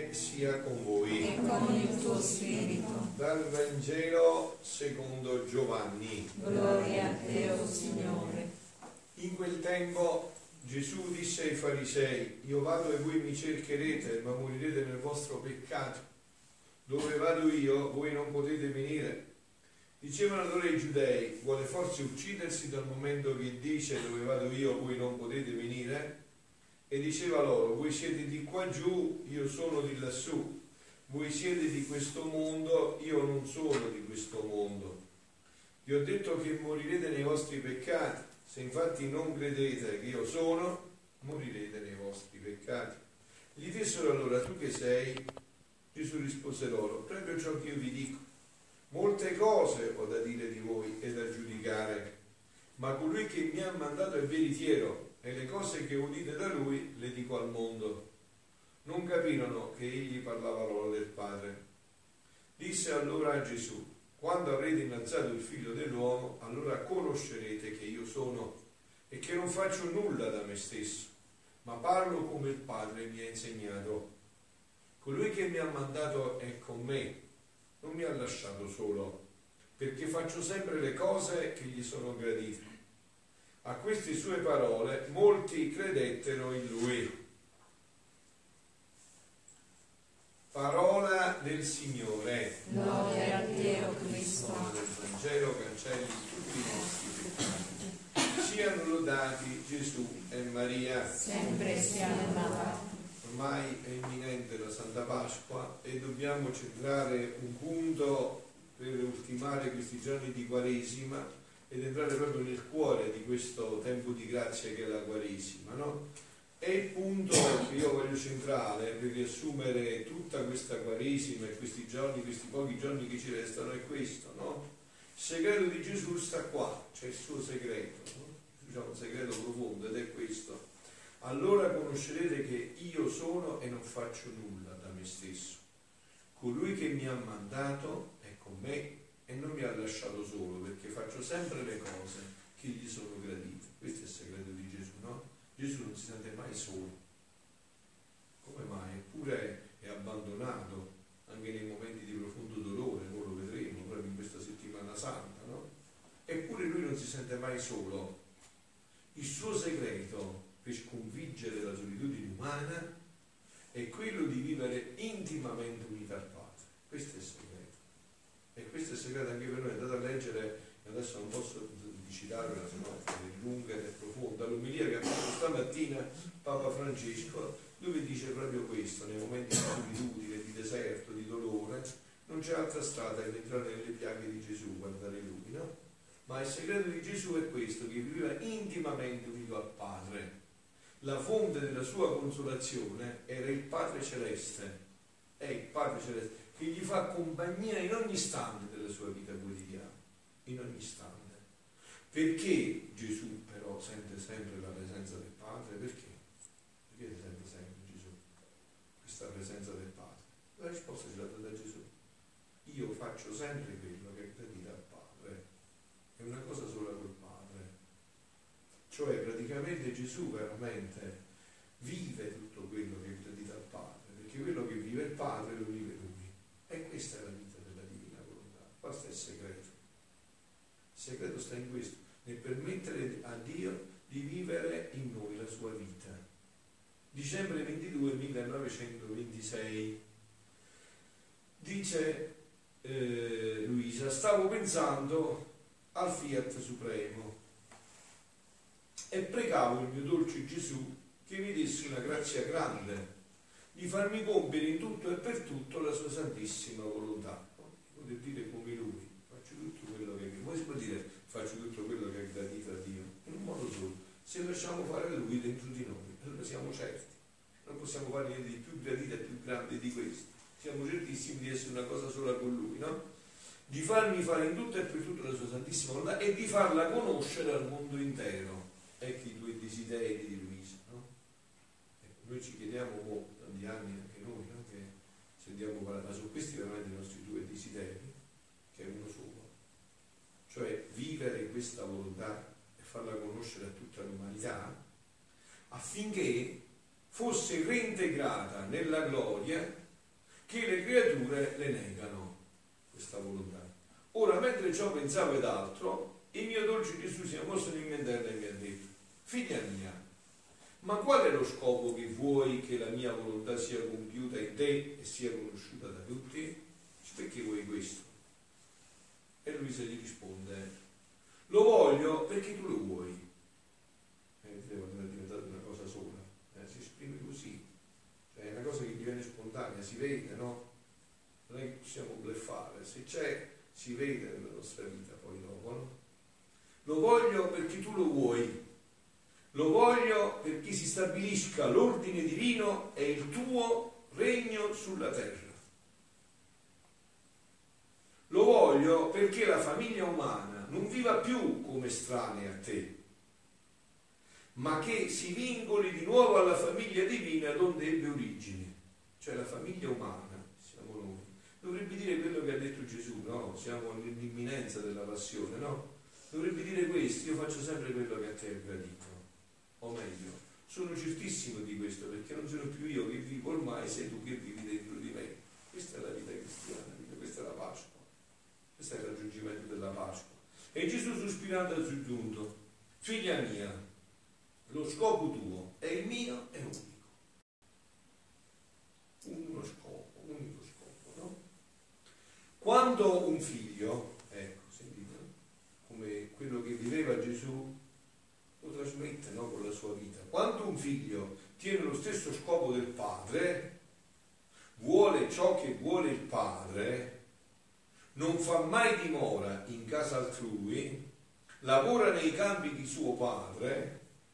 Signore sia con voi. E con il tuo spirito. Dal Vangelo secondo Giovanni. Gloria a te, o Signore. In quel tempo Gesù disse ai farisei: io vado e voi mi cercherete, ma morirete nel vostro peccato. Dove vado io, voi non potete venire. Dicevano allora i giudei: vuole forse uccidersi dal momento che dice dove vado io, voi non potete venire? E diceva loro: voi siete di qua giù, io sono di lassù. Voi siete di questo mondo, io non sono di questo mondo. Vi ho detto che morirete nei vostri peccati. Se infatti non credete che io sono, morirete nei vostri peccati. Gli dissero allora: tu che sei? Gesù rispose loro: proprio ciò che io vi dico. Molte cose ho da dire di voi e da giudicare, ma colui che mi ha mandato è veritiero, e le cose che udite da lui le dico al mondo. Non capirono che egli parlava loro del Padre. Disse allora a Gesù: quando avrete innalzato il Figlio dell'uomo, allora conoscerete che io sono, e che non faccio nulla da me stesso, ma parlo come il Padre mi ha insegnato. Colui che mi ha mandato è con me, non mi ha lasciato solo, perché faccio sempre le cose che gli sono gradite. A queste sue parole molti credettero in lui. Parola del Signore. Gloria a te, o Cristo. Del Vangelo cancelli tutti i nostri peccati. Siano lodati Gesù e Maria. Sempre sia lodato. Ormai è imminente la Santa Pasqua e dobbiamo centrare un punto per ultimare questi giorni di Quaresima ed entrare proprio nel cuore di questo tempo di grazia che è la Quaresima, no? E il punto che io voglio centrare per riassumere tutta questa Quaresima e questi giorni, questi pochi giorni che ci restano è questo, no? Il segreto di Gesù sta qua, c'è il suo segreto, no? Gesù ha un segreto profondo ed è questo: allora conoscerete che io sono e non faccio nulla da me stesso. Colui che mi ha mandato è con me e non mi ha lasciato solo, perché faccio sempre le cose che gli sono gradite. Questo è il segreto di Gesù, no? Gesù non si sente mai solo. Come mai? Eppure è abbandonato anche nei momenti di profondo dolore, noi lo vedremo proprio in questa settimana santa, no? Eppure lui non si sente mai solo. Il suo segreto per sconfiggere la solitudine umana è quello di vivere intimamente unita al Padre. Questo è il segreto. E questo è il segreto anche per noi. Andate a leggere, adesso non posso citarvela, se no è lunga ed è profonda, l'omelia che ha fatto stamattina Papa Francesco, dove dice proprio questo: nei momenti di solitudine, di deserto, di dolore, non c'è altra strada che entrare nelle piaghe di Gesù, guardare lui, no? Ma il segreto di Gesù è questo, che viveva intimamente unito al Padre. La fonte della sua consolazione era il Padre Celeste, è il Padre Celeste, che gli fa compagnia in ogni istante della sua vita quotidiana, in ogni istante. Perché Gesù però sente sempre la presenza del Padre? Perché? Perché sente sempre Gesù questa presenza del Padre? La risposta ce l'ha data Gesù: io faccio sempre quello che è gradito al Padre. È una cosa sola col Padre. Cioè praticamente Gesù veramente vive tutto quello che è gradito al Padre, perché quello che vive il Padre lo vive lui. E questa è la vita della divina volontà. Questo è il segreto. Il segreto sta in questo, nel permettere a Dio di vivere in noi la sua vita. Dicembre 22 1926 dice Luisa: stavo pensando al Fiat Supremo e pregavo il mio dolce Gesù che mi desse una grazia grande di farmi compiere in tutto e per tutto la sua santissima volontà. Poter dire come lui: faccio tutto quello che... Come si può dire faccio tutto quello che è gradito a Dio? In un modo solo: se lasciamo fare lui dentro di noi, allora siamo certi, non possiamo fare niente di più gradito e più grande di questo. Siamo certissimi di essere una cosa sola con lui, no? Di farmi fare in tutto e per tutto la sua santissima volontà e di farla conoscere al mondo intero. Ecco i due desideri di Luisa, no? Noi ci chiediamo tanti anni anche noi, no? Che sentiamo parlare, ma sono questi veramente i nostri due desideri, che è uno solo, cioè vivere questa volontà e farla conoscere a tutta l'umanità, affinché fosse reintegrata nella gloria che le creature le negano questa volontà. Ora, mentre ciò pensavo ed altro, il mio dolce Gesù si è mosso in mente e mi ha detto: figlia mia, ma qual è lo scopo che vuoi che la mia volontà sia compiuta in te e sia conosciuta da tutti? Perché vuoi questo? E Luisa gli risponde: lo voglio perché tu lo vuoi. Quando è diventata una cosa sola, si esprime così, cioè è una cosa che diviene spontanea, si vede, no? Non è che possiamo bluffare, se c'è si vede nella nostra vita poi dopo, no? Lo voglio perché tu lo vuoi, lo voglio perché si stabilisca l'ordine divino e il tuo regno sulla terra. Lo voglio perché la famiglia umana non viva più come estranea a te, ma che si vincoli di nuovo alla famiglia divina donde ebbe origine. Cioè la famiglia umana, siamo noi. Dovrebbe dire quello che ha detto Gesù, no? Siamo nell'imminenza della passione, no? Dovrebbe dire questo: io faccio sempre quello che a te è gradito. O meglio, sono certissimo di questo, perché non sono più io che vivo ormai, sei tu che vivi dentro di me. Questa è la vita cristiana, questa è la Pasqua. Questo è il raggiungimento della Pasqua. E Gesù, sospirando, ha aggiunto: figlia mia, lo scopo tuo e il mio è unico. Unico scopo, no? Quando un figlio, ecco, sentite, come quello che viveva Gesù, lo trasmette, no, con la sua vita. Quando un figlio tiene lo stesso scopo del padre, vuole ciò che vuole il padre, non fa mai dimora in casa altrui, lavora nei campi di suo padre,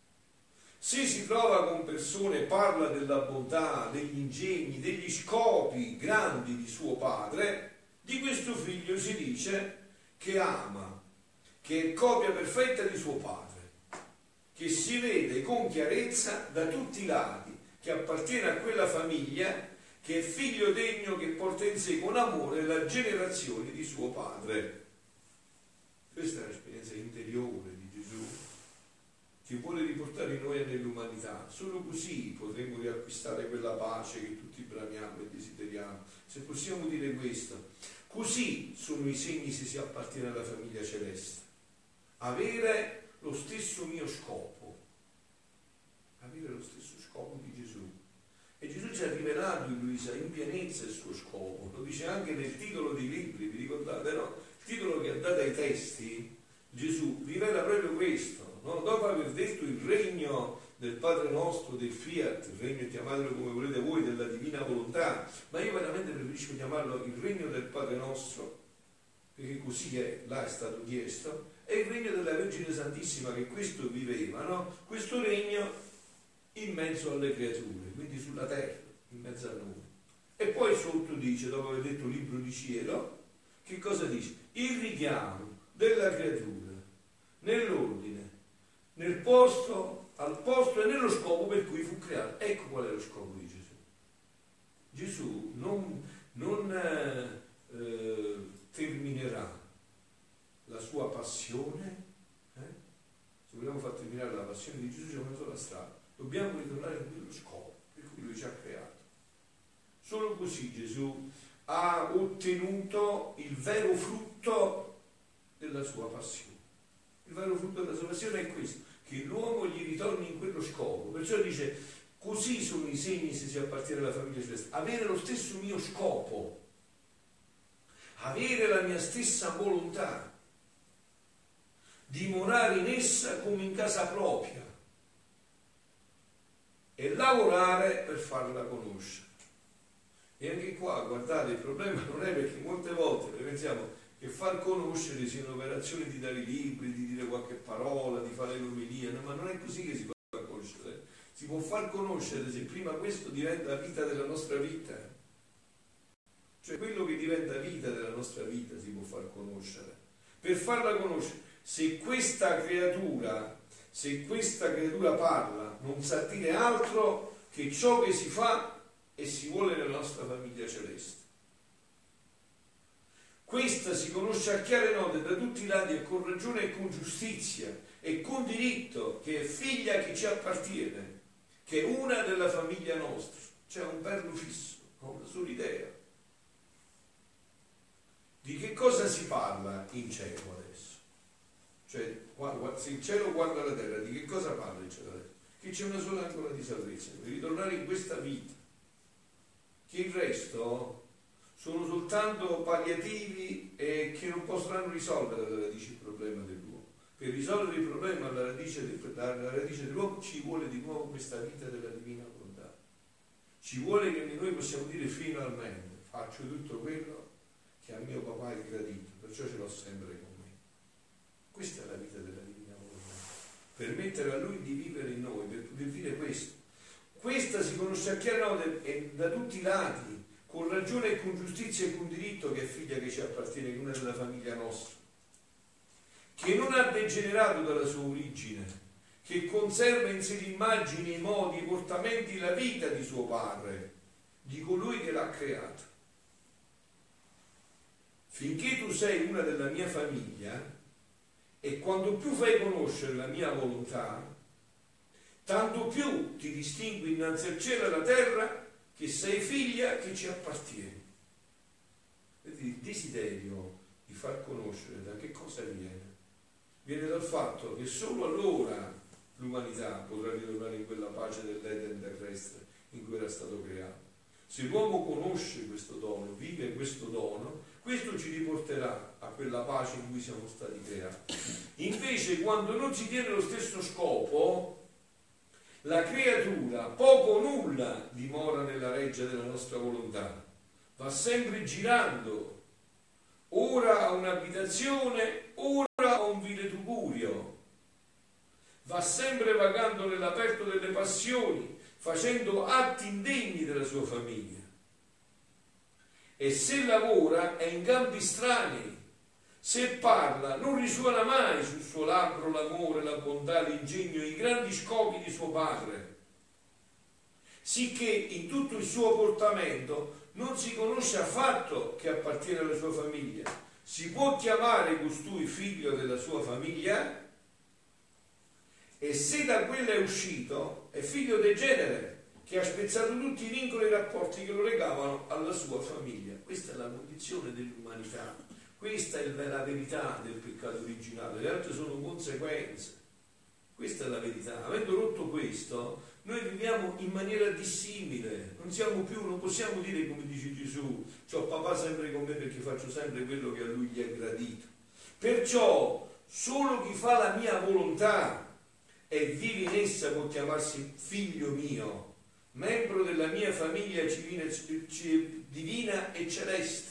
se si trova con persone parla della bontà, degli ingegni, degli scopi grandi di suo padre, di questo figlio si dice che ama, che è copia perfetta di suo padre, che si vede con chiarezza da tutti i lati, che appartiene a quella famiglia, che è figlio degno che porta in sé con amore la generazione di suo padre. Questa è l'esperienza interiore di Gesù, che vuole riportare in noi e nell'umanità. Solo così potremo riacquistare quella pace che tutti bramiamo e desideriamo. Se possiamo dire questo, così sono i segni se si appartiene alla famiglia celeste. Avere lo stesso mio scopo, avere lo stesso scopo di Gesù. E Gesù ci ha rivelato in Luisa in pienezza il suo scopo, lo dice anche nel titolo dei libri, vi ricordate, no? Il titolo che ha dato ai testi, Gesù rivela proprio questo, no? Dopo aver detto il regno del Padre nostro, del Fiat, il regno, chiamatelo come volete voi, della divina volontà, ma io veramente preferisco chiamarlo il regno del Padre nostro, perché così è, là è stato chiesto, è il regno della Vergine Santissima che questo viveva, no? Questo regno in mezzo alle creature, quindi sulla terra, in mezzo a noi. E poi sotto dice, dopo aver detto libro di cielo, che cosa dice? Il richiamo della creatura nell'ordine, nel posto, al posto e nello scopo per cui fu creato. Ecco qual è lo scopo di Gesù. Gesù non terminerà la sua passione. Se vogliamo far terminare la passione di Gesù c'è una sola strada: dobbiamo ritornare in quello scopo per cui lui ci ha creato. Solo così Gesù ha ottenuto il vero frutto della sua passione. Il vero frutto della sua passione è questo, che l'uomo gli ritorni in quello scopo. Perciò dice: così sono i segni se si appartiene alla famiglia celeste. Avere lo stesso mio scopo, avere la mia stessa volontà, dimorare in essa come in casa propria e lavorare per farla conoscere. E anche qua, guardate, il problema non è, perché molte volte noi pensiamo che far conoscere sia un'operazione di dare libri, di dire qualche parola, di fare l'omelia, no, ma non è così che si fa conoscere. Si può far conoscere se prima questo diventa vita della nostra vita. Cioè quello che diventa vita della nostra vita si può far conoscere. Per farla conoscere, se questa creatura parla, non sa dire altro che ciò che si fa e si vuole nella nostra famiglia celeste. Questa si conosce a chiare note da tutti i lati e con ragione e con giustizia e con diritto, che è figlia che ci appartiene, che è una della famiglia nostra. C'è un perno fisso, una sola idea, Di che cosa si parla in cielo adesso? Cioè, se il cielo guarda la terra, di che cosa parla il cielo adesso? Che c'è una sola ancora di salvezza, per ritornare in questa vita. Che il resto sono soltanto palliativi e che non potranno risolvere alla radice il problema dell'uomo. Per risolvere il problema alla radice dell'uomo ci vuole di nuovo questa vita della divina volontà. Ci vuole che noi possiamo dire finalmente faccio tutto quello che a mio papà è gradito, perciò ce l'ho sempre con me. Questa è la vita della divina volontà. Permettere a lui di vivere in noi, per poter dire questo. Questa si conosce a chiaro da tutti i lati, con ragione e con giustizia e con diritto, che è figlia che ci appartiene, che è una della famiglia nostra, che non ha degenerato dalla sua origine, che conserva in sé l'immagine, i modi, i portamenti, la vita di suo padre, di colui che l'ha creato. Finché tu sei una della mia famiglia, e quanto più fai conoscere la mia volontà, tanto più ti distingui innanzi al cielo e alla terra che sei figlia che ci appartieni. Vedi, il desiderio di far conoscere da che cosa viene? Viene dal fatto che solo allora l'umanità potrà ritornare in quella pace dell'Eden terrestre in cui era stato creato. Se l'uomo conosce questo dono, vive questo dono, questo ci riporterà a quella pace in cui siamo stati creati. Invece, quando non si tiene lo stesso scopo, la creatura poco o nulla dimora nella reggia della nostra volontà, va sempre girando, ora a un'abitazione, ora a un vile tugurio, va sempre vagando nell'aperto delle passioni, facendo atti indegni della sua famiglia. E se lavora è in campi strani, se parla non risuona mai sul suo labbro l'amore, la bontà, l'ingegno e i grandi scopi di suo padre, sicché in tutto il suo portamento non si conosce affatto che appartiene alla sua famiglia. Si può chiamare costui figlio della sua famiglia? E se da quella è uscito, è figlio del genere, che ha spezzato tutti i vincoli e i rapporti che lo legavano alla sua famiglia. Questa è la condizione dell'umanità, questa è la verità del peccato originale, le altre sono conseguenze. Questa è la verità. Avendo rotto questo, noi viviamo in maniera dissimile, non possiamo dire come dice Gesù, c'ho papà sempre con me perché faccio sempre quello che a lui gli è gradito. Perciò solo chi fa la mia volontà e vive in essa può chiamarsi figlio mio, membro della mia famiglia divina e celeste.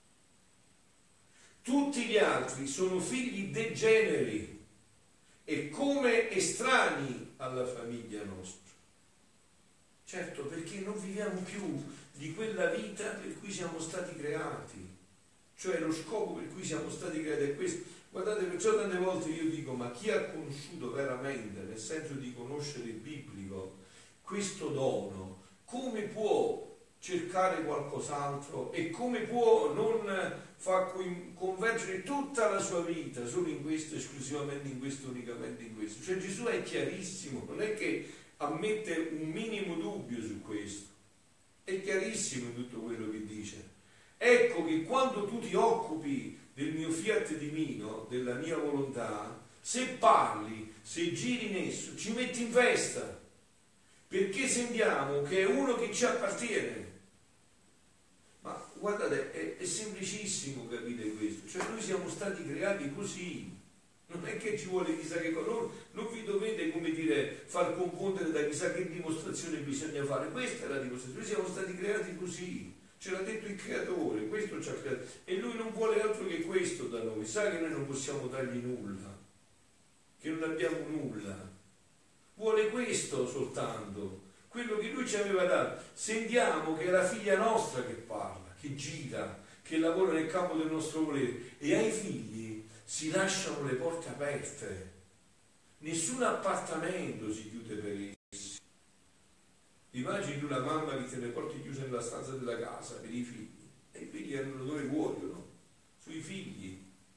Tutti gli altri sono figli degeneri e come estranei alla famiglia nostra. Certo, perché non viviamo più di quella vita per cui siamo stati creati, cioè lo scopo per cui siamo stati creati è questo. Guardate, perciò tante volte io dico, ma chi ha conosciuto veramente, nel senso di conoscere il biblico, questo dono, come può cercare qualcos'altro e come può non far convergere tutta la sua vita solo in questo, esclusivamente in questo, unicamente in questo? Cioè Gesù è chiarissimo, non è che ammette un minimo dubbio su questo, è chiarissimo in tutto quello che dice. Ecco che quando tu ti occupi del mio fiat divino, della mia volontà, se parli, se giri in esso, ci metti in festa, perché sentiamo che è uno che ci appartiene. Ma guardate, è semplicissimo capire questo, cioè noi siamo stati creati così, non è che ci vuole chissà che cosa, non vi dovete, come dire, far confondere da chissà che dimostrazione bisogna fare. Questa è la dimostrazione, noi siamo stati creati così, ce l'ha detto il creatore, questo ci ha creato, e lui non vuole altro che questo da noi. Sa che noi non possiamo dargli nulla, che non abbiamo nulla, vuole questo soltanto, quello che lui ci aveva dato. Sentiamo che è la figlia nostra che parla, che gira, che lavora nel campo del nostro volere, e ai figli si lasciano le porte aperte, nessun appartamento si chiude per essi. Immagini una mamma che tiene le porte chiuse nella stanza della casa per i figli, e i figli erano dove vogliono, sui figli,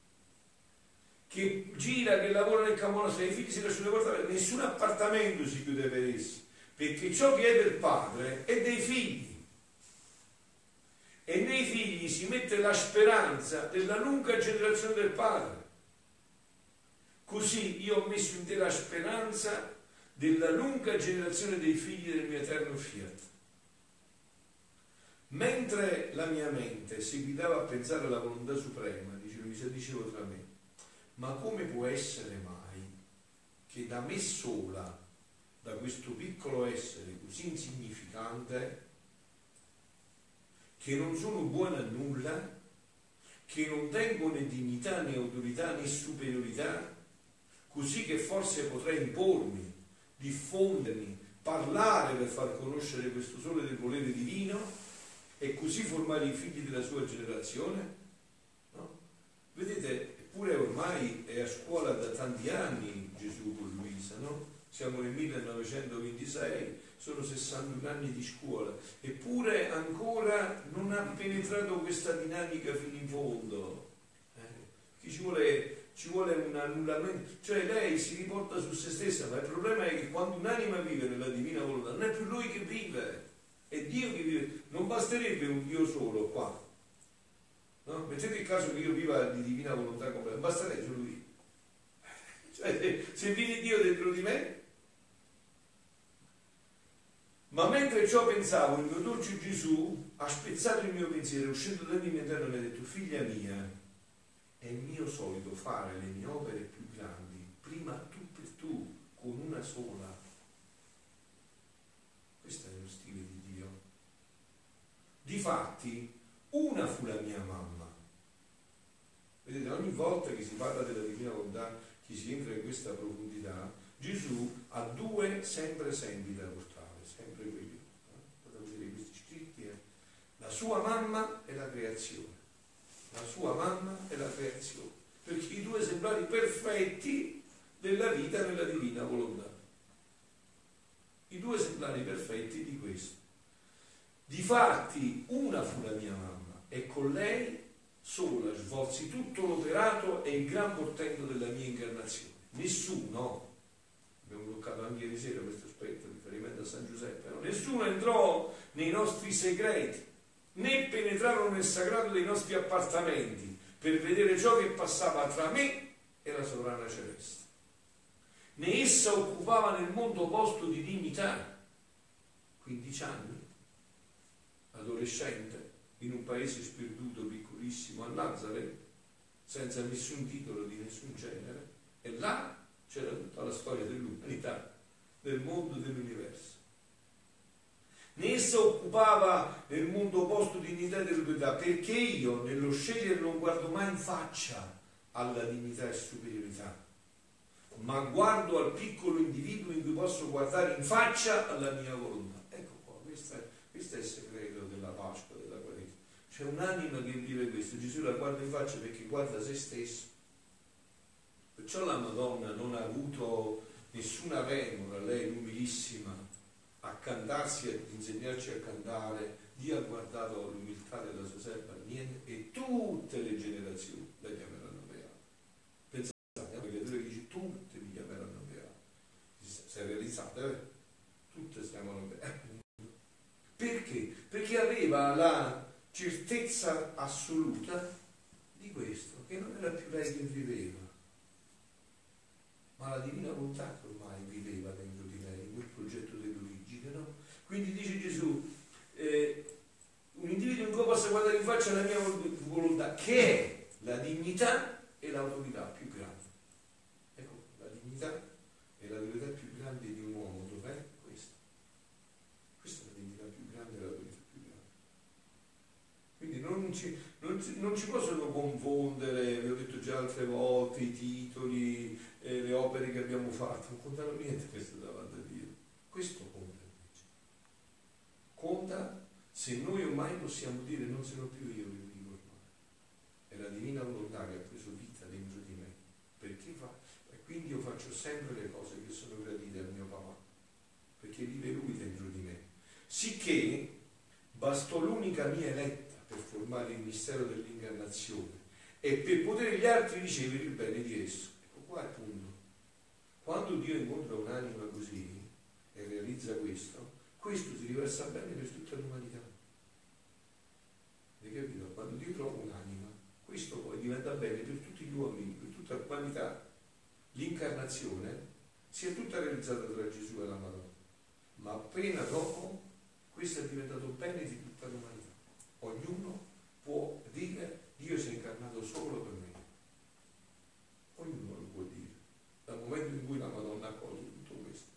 che gira, che lavora nel campo nostro, e i figli si lasciano le porte aperte, nessun appartamento si chiude per essi, perché ciò che è del padre è dei figli. e nei figli si mette la speranza della lunga generazione del Padre. Così io ho messo in te la speranza della lunga generazione dei figli del mio eterno fiat. Mentre la mia mente seguitava a pensare alla volontà suprema, dicevo tra me, ma come può essere mai che da me sola, da questo piccolo essere così insignificante, che non sono buono a nulla, che non tengo né dignità né autorità né superiorità, così che forse potrei impormi, diffondermi, parlare per far conoscere questo sole del volere divino e così formare i figli della sua generazione? No? Vedete, eppure ormai è a scuola da tanti anni Gesù con Luisa, no? Siamo nel 1926, sono 61 anni di scuola, eppure ancora non ha penetrato questa dinamica fino in fondo. Che ci vuole un annullamento, cioè lei si riporta su se stessa, ma il problema è che quando un'anima vive nella divina volontà non è più lui che vive, è Dio che vive. Non basterebbe un Dio solo qua, no? Mettete il caso che io viva di divina volontà completa, basterebbe solo lui. Cioè, se vive Dio dentro di me. Ma mentre ciò pensavo, il mio dolce Gesù ha spezzato il mio pensiero, uscendo da me interno mi ha detto: figlia mia, è mio solito fare le mie opere più grandi, prima tu per tu, con una sola. Questo è lo stile di Dio. Difatti, una fu la mia mamma. Vedete, ogni volta che si parla della divina volontà, che si entra in questa profondità, Gesù ha due sempre esempi da portare, sempre quelli. Potete vedere questi scritti, la sua mamma e la creazione. La sua mamma e la creazione, perché i due esemplari perfetti della vita nella divina volontà, i due esemplari perfetti di questo. Difatti una fu la mia mamma e con lei sola svolsi tutto l'operato e il gran portento della mia incarnazione. Nessuno, abbiamo toccato anche ieri sera questo aspetto, riferimento a San Giuseppe, no? Nessuno entrò nei nostri segreti, né penetrarono nel sagrato dei nostri appartamenti per vedere ciò che passava tra me e la sovrana celeste. Né essa occupava nel mondo posto di dignità. 15 anni, adolescente, in un paese sperduto piccolissimo a Nazareth, senza nessun titolo di nessun genere, e là c'era tutta la storia dell'umanità, del mondo, dell'universo. Né essa occupava nel mondo posto di dignità e dell'autorità, perché io nello scegliere non guardo mai in faccia alla dignità e superiorità, ma guardo al piccolo individuo in cui posso guardare in faccia alla mia volontà. Ecco qua, questo è il segreto della Pasqua, della Quaresima. C'è un'anima che vive questo, Gesù la guarda in faccia perché guarda se stesso. Perciò la Madonna non ha avuto nessuna remora, lei l'umilissima, a cantarsi, ad insegnarci a cantare. Dio ha guardato l'umiltà della sua serva niente e tutte le generazioni la chiameranno beata. Pensate, la creatura che dice tutte mi chiameranno beata. Si è realizzata, tutte si chiamano beate. Perché? Perché aveva la certezza assoluta di questo, che non era più lei che viveva, ma la divina volontà che ormai viveva dentro di lei, in quel progetto dell'origine, no? Quindi dice Gesù, un individuo in cui possa guardare in faccia la mia volontà, che è la dignità e l'autorità più grande. Ecco, la dignità e l'autorità più grande di un uomo, dov'è? Questa. Questa è la dignità più grande e l'autorità più grande. Quindi non ci possono confondere, vi ho detto già altre volte, i titoli, le opere che abbiamo fatto, non contano niente questo davanti a Dio. Questo conta invece. Conta se noi ormai possiamo dire non sono più io che vivo ormai. È la divina volontà che ha preso vita dentro di me. Perché e quindi io faccio sempre le cose che sono gradite al mio papà, perché vive lui dentro di me. Sicché bastò l'unica mia eletta per formare il mistero dell'incarnazione e per poter gli altri ricevere il bene di esso. Ecco qua è il punto. Quando Dio incontra un'anima così e realizza questo si riversa bene per tutta l'umanità. capito? Quando Dio trova un'anima, questo poi diventa bene per tutti gli uomini, per tutta l'umanità. L'incarnazione si è tutta realizzata tra Gesù e la Madonna, ma appena dopo questo è diventato bene di tutta l'umanità. Ognuno può dire: Dio si è incarnato solo per me. Ognuno lo può dire, dal momento in cui la Madonna accoglie tutto questo.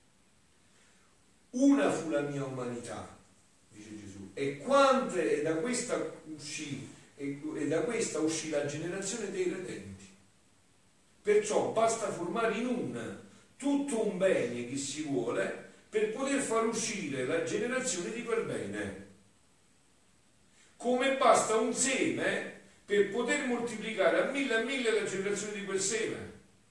Una fu la mia umanità, dice Gesù, e da questa uscì la generazione dei redenti. Perciò basta formare in una tutto un bene che si vuole per poter far uscire la generazione di quel bene. Come basta un seme per poter moltiplicare a mille la generazione di quel seme.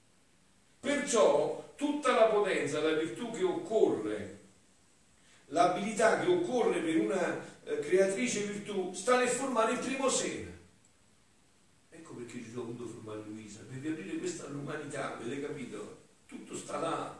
Perciò tutta la potenza, la virtù che occorre, l'abilità che occorre per una creatrice virtù sta nel formare il primo seme. Ecco perché Gesù ha voluto formare Luisa, per riaprire questa all'umanità, avete capito? Tutto sta là.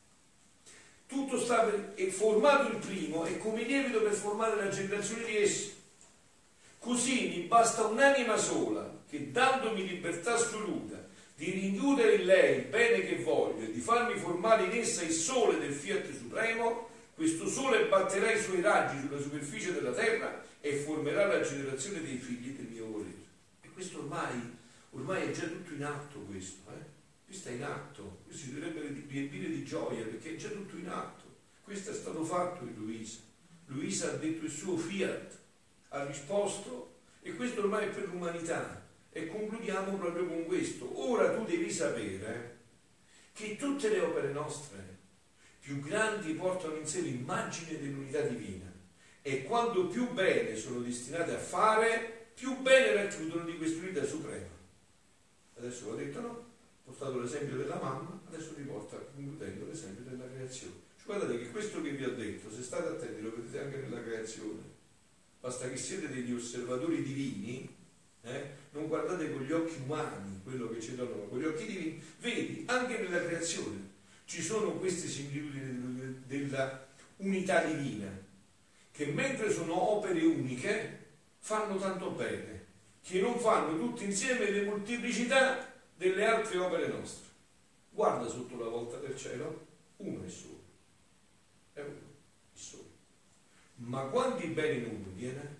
Tutto sta è formato il primo e come lievito per formare la generazione di esso. Così mi basta un'anima sola che, dandomi libertà assoluta di rinchiudere in lei il bene che voglio e di farmi formare in essa il sole del Fiat Supremo, questo sole batterà i suoi raggi sulla superficie della terra e formerà la generazione dei figli del mio volere. E questo ormai è già tutto in atto, questo. Questo è in atto, questo si dovrebbe riempire di gioia perché è già tutto in atto. Questo è stato fatto in Luisa. Luisa ha detto il suo Fiat, ha risposto, e questo ormai è per l'umanità. E concludiamo proprio con questo. Ora tu devi sapere che tutte le opere nostre più grandi portano in sé l'immagine dell'unità divina, e quando più bene sono destinate a fare, più bene racchiudono di quest'unità suprema. Adesso l'ho detto, no? Ho portato l'esempio della mamma, adesso riporta, concludendo, l'esempio della creazione. Guardate che questo che vi ho detto, se state attenti, lo vedete anche nella creazione. Basta che siete degli osservatori divini, non guardate con gli occhi umani quello che c'è da noi, con gli occhi divini. Vedi, anche nella creazione ci sono queste similitudini della unità divina, che mentre sono opere uniche fanno tanto bene, che non fanno tutte insieme le molteplicità delle altre opere nostre. Guarda sotto la volta del cielo, uno è solo, è uno, è solo. Ma quanti beni non contiene?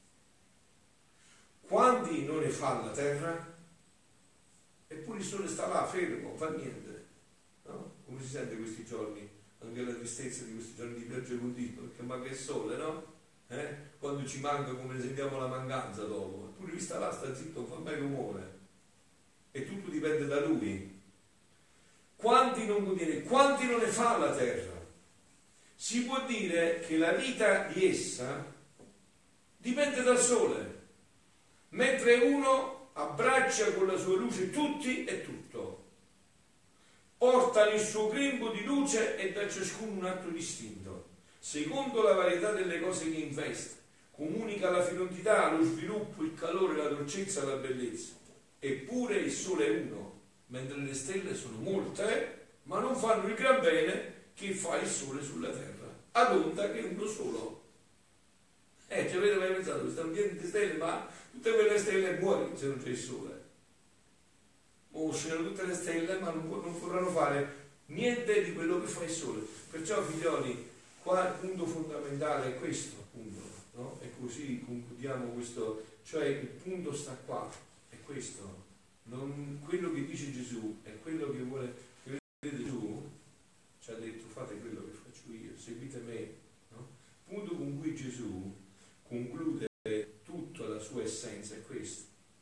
Quanti non ne fa la terra? Eppure il sole sta là, fermo, non fa niente. No? Come si sente questi giorni? Anche la tristezza di questi giorni di pioggia continua, perché manca il sole, no? Quando ci manca, come ne sentiamo la mancanza dopo. Eppure lui sta là, sta zitto, non fa mai rumore. E tutto dipende da lui. Quanti non contiene? Quanti non ne fa la terra? Si può dire che la vita di essa dipende dal sole, mentre uno abbraccia con la sua luce tutti e tutto, porta nel suo grembo di luce e da ciascuno un atto distinto, secondo la varietà delle cose che investe, comunica la fecondità, lo sviluppo, il calore, la dolcezza, la bellezza. Eppure il sole è uno, mentre le stelle sono molte, ma non fanno il gran bene che fa il sole sulla terra, ad onda che è uno solo. Ci avete mai pensato che stanno pieni di stelle, ma tutte quelle stelle muoiono se non c'è il sole. Usciranno tutte le stelle, ma non potranno fare niente di quello che fa il sole. Perciò, figlioli, qua il punto fondamentale è questo, appunto, no? E così concludiamo questo, cioè il punto sta qua, è questo. Quello che dice Gesù è quello che vuole. Vedete, Gesù ci ha detto: fate quello che faccio io, seguite me, no? Il punto con cui Gesù conclude tutta la sua essenza è questo: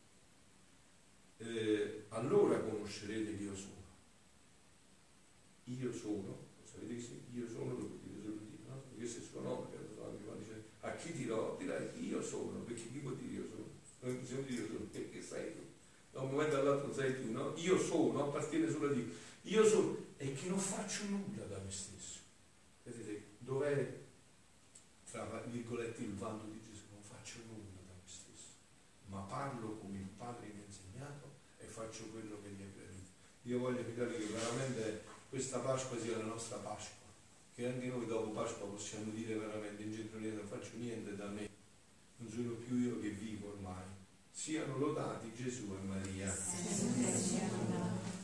allora conoscerete che io sono. Io sono, sapete che sì? Io sono, lo può dire solo Dio, no? Perché se il suo nome, dice, a chi dirò, dirai io sono, perché chi può dire io sono? Non possiamo dire io sono, perché sei tu. Da un momento all'altro sei tu, no? Io sono, appartiene solo a Dio. Io sono, e che non faccio nulla da me stesso. Vedete, dov'è, tra virgolette, il vanto di Gesù? Non faccio nulla da me stesso, ma parlo come il Padre mi ha insegnato e faccio quello che gli è gradito. Io voglio chiedere che veramente questa Pasqua sia la nostra Pasqua, che anche noi dopo Pasqua possiamo dire veramente: in centro non faccio niente da me, non sono più io che vivo, Siano lodati Gesù e Maria. sempre sia lodato.